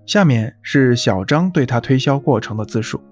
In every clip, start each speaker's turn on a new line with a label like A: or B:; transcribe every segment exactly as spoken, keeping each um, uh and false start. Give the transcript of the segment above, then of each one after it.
A: 下面是小张对他推销过程的自述。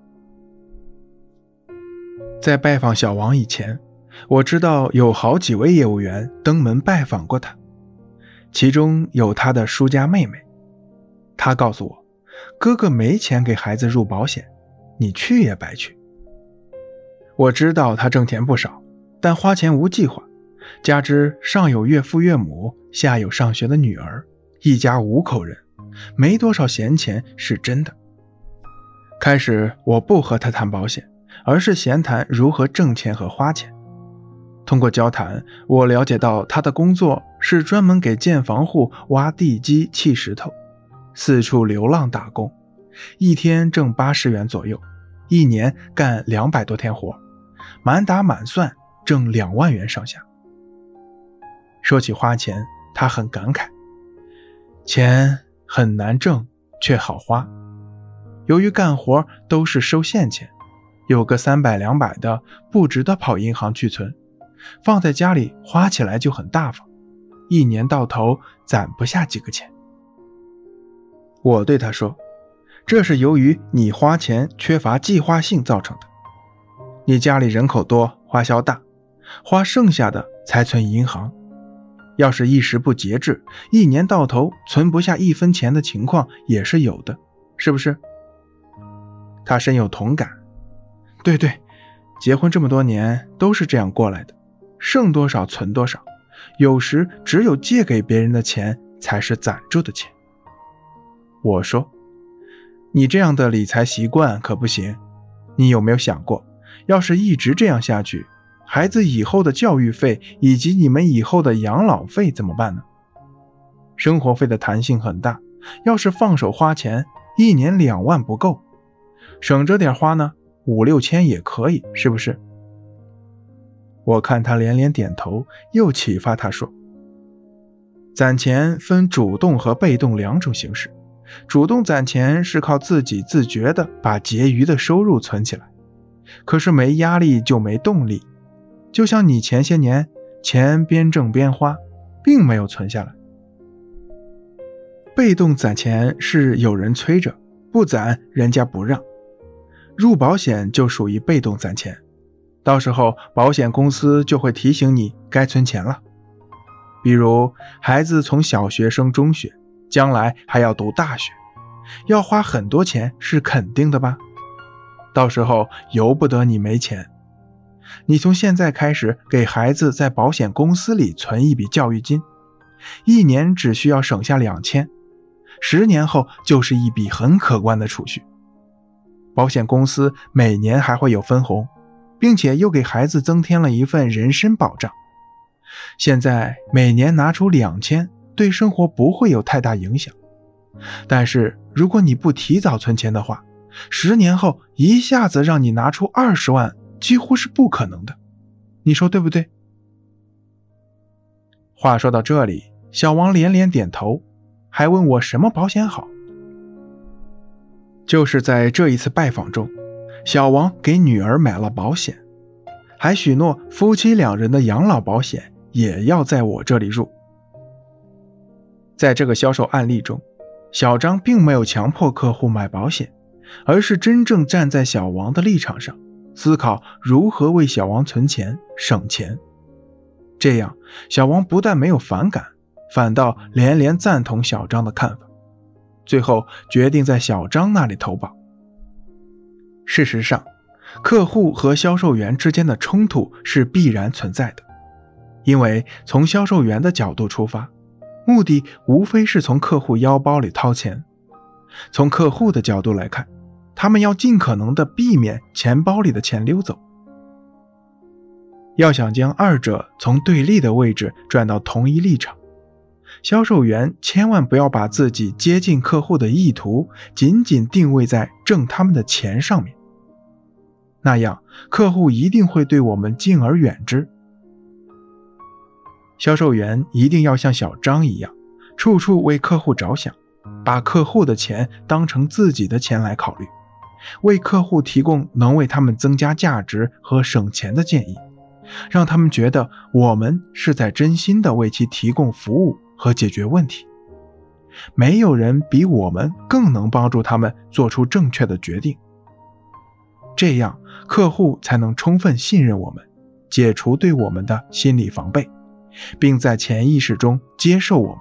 A: 在拜访小王以前，我知道有好几位业务员登门拜访过他，其中有他的叔家妹妹。他告诉我，哥哥没钱给孩子入保险，你去也白去。我知道他挣钱不少，但花钱无计划，加之上有岳父岳母，下有上学的女儿，一家五口人，没多少闲钱是真的。开始我不和他谈保险，而是闲谈如何挣钱和花钱。通过交谈，我了解到他的工作是专门给建房户挖地基砌石头，四处流浪打工，一天挣八十元左右，一年干两百多天活，满打满算挣两万元上下。说起花钱，他很感慨，钱很难挣却好花。由于干活都是收现钱，有个三百两百的不值得跑银行去存，放在家里花起来就很大方，一年到头攒不下几个钱。我对他说，这是由于你花钱缺乏计划性造成的。你家里人口多，花销大，花剩下的才存银行。要是一时不节制，一年到头存不下一分钱的情况也是有的，是不是？他深有同感。对对，结婚这么多年都是这样过来的，剩多少存多少，有时只有借给别人的钱才是攒住的钱。我说，你这样的理财习惯可不行，你有没有想过，要是一直这样下去，孩子以后的教育费以及你们以后的养老费怎么办呢？生活费的弹性很大，要是放手花钱，一年两万不够，省着点花呢，五六千也可以，是不是？我看他连连点头，又启发他说，攒钱分主动和被动两种形式，主动攒钱是靠自己自觉地把结余的收入存起来，可是没压力就没动力，就像你前些年钱边挣边花，并没有存下来。被动攒钱是有人催着，不攒人家不让。入保险就属于被动攒钱，到时候保险公司就会提醒你该存钱了。比如孩子从小学升中学，将来还要读大学，要花很多钱是肯定的吧？到时候由不得你没钱。你从现在开始给孩子在保险公司里存一笔教育金，一年只需要省下两千，十年后就是一笔很可观的储蓄。保险公司每年还会有分红，并且又给孩子增添了一份人身保障。现在每年拿出两千，对生活不会有太大影响。但是如果你不提早存钱的话，十年后一下子让你拿出二十万，几乎是不可能的。你说对不对？话说到这里，小王连连点头，还问我什么保险好。就是在这一次拜访中，小王给女儿买了保险，还许诺夫妻两人的养老保险也要在我这里入。在这个销售案例中，小张并没有强迫客户买保险，而是真正站在小王的立场上，思考如何为小王存钱省钱。这样小王不但没有反感，反倒连连赞同小张的看法，最后决定在小张那里投保。事实上，客户和销售员之间的冲突是必然存在的，因为从销售员的角度出发，目的无非是从客户腰包里掏钱。从客户的角度来看，他们要尽可能的避免钱包里的钱溜走。要想将二者从对立的位置转到同一立场，销售员千万不要把自己接近客户的意图仅仅定位在挣他们的钱上面，那样客户一定会对我们敬而远之。销售员一定要像小张一样，处处为客户着想，把客户的钱当成自己的钱来考虑，为客户提供能为他们增加价值和省钱的建议，让他们觉得我们是在真心地为其提供服务和解决问题。 没有人比我们更能帮助他们做出正确的决定。这样，客户才能充分信任我们，解除对我们的心理防备，并在潜意识中接受我们。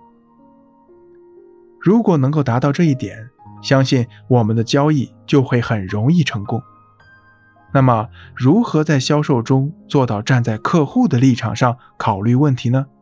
A: 如果能够达到这一点，相信我们的交易就会很容易成功。那么，如何在销售中做到站在客户的立场上考虑问题呢？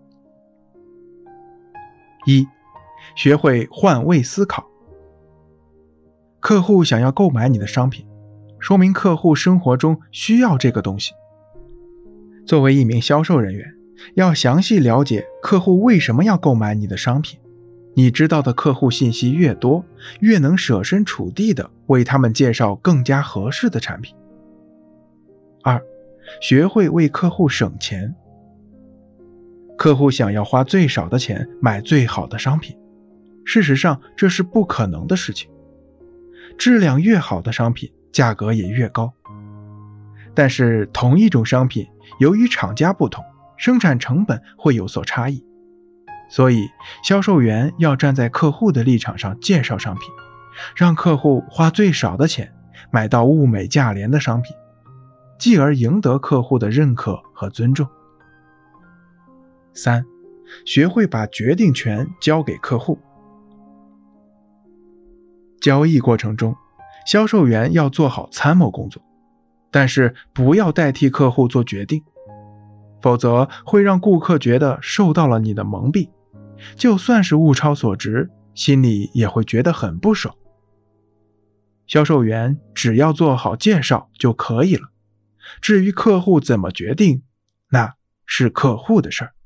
A: 一、学会换位思考。客户想要购买你的商品，说明客户生活中需要这个东西。作为一名销售人员，要详细了解客户为什么要购买你的商品。你知道的客户信息越多，越能设身处地地为他们介绍更加合适的产品。二、学会为客户省钱。客户想要花最少的钱买最好的商品，事实上这是不可能的事情。质量越好的商品，价格也越高。但是同一种商品，由于厂家不同，生产成本会有所差异。所以，销售员要站在客户的立场上介绍商品，让客户花最少的钱买到物美价廉的商品，继而赢得客户的认可和尊重。三、学会把决定权交给客户。交易过程中，销售员要做好参谋工作，但是不要代替客户做决定，否则会让顾客觉得受到了你的蒙蔽，就算是物超所值，心里也会觉得很不爽。销售员只要做好介绍就可以了，至于客户怎么决定，那是客户的事儿。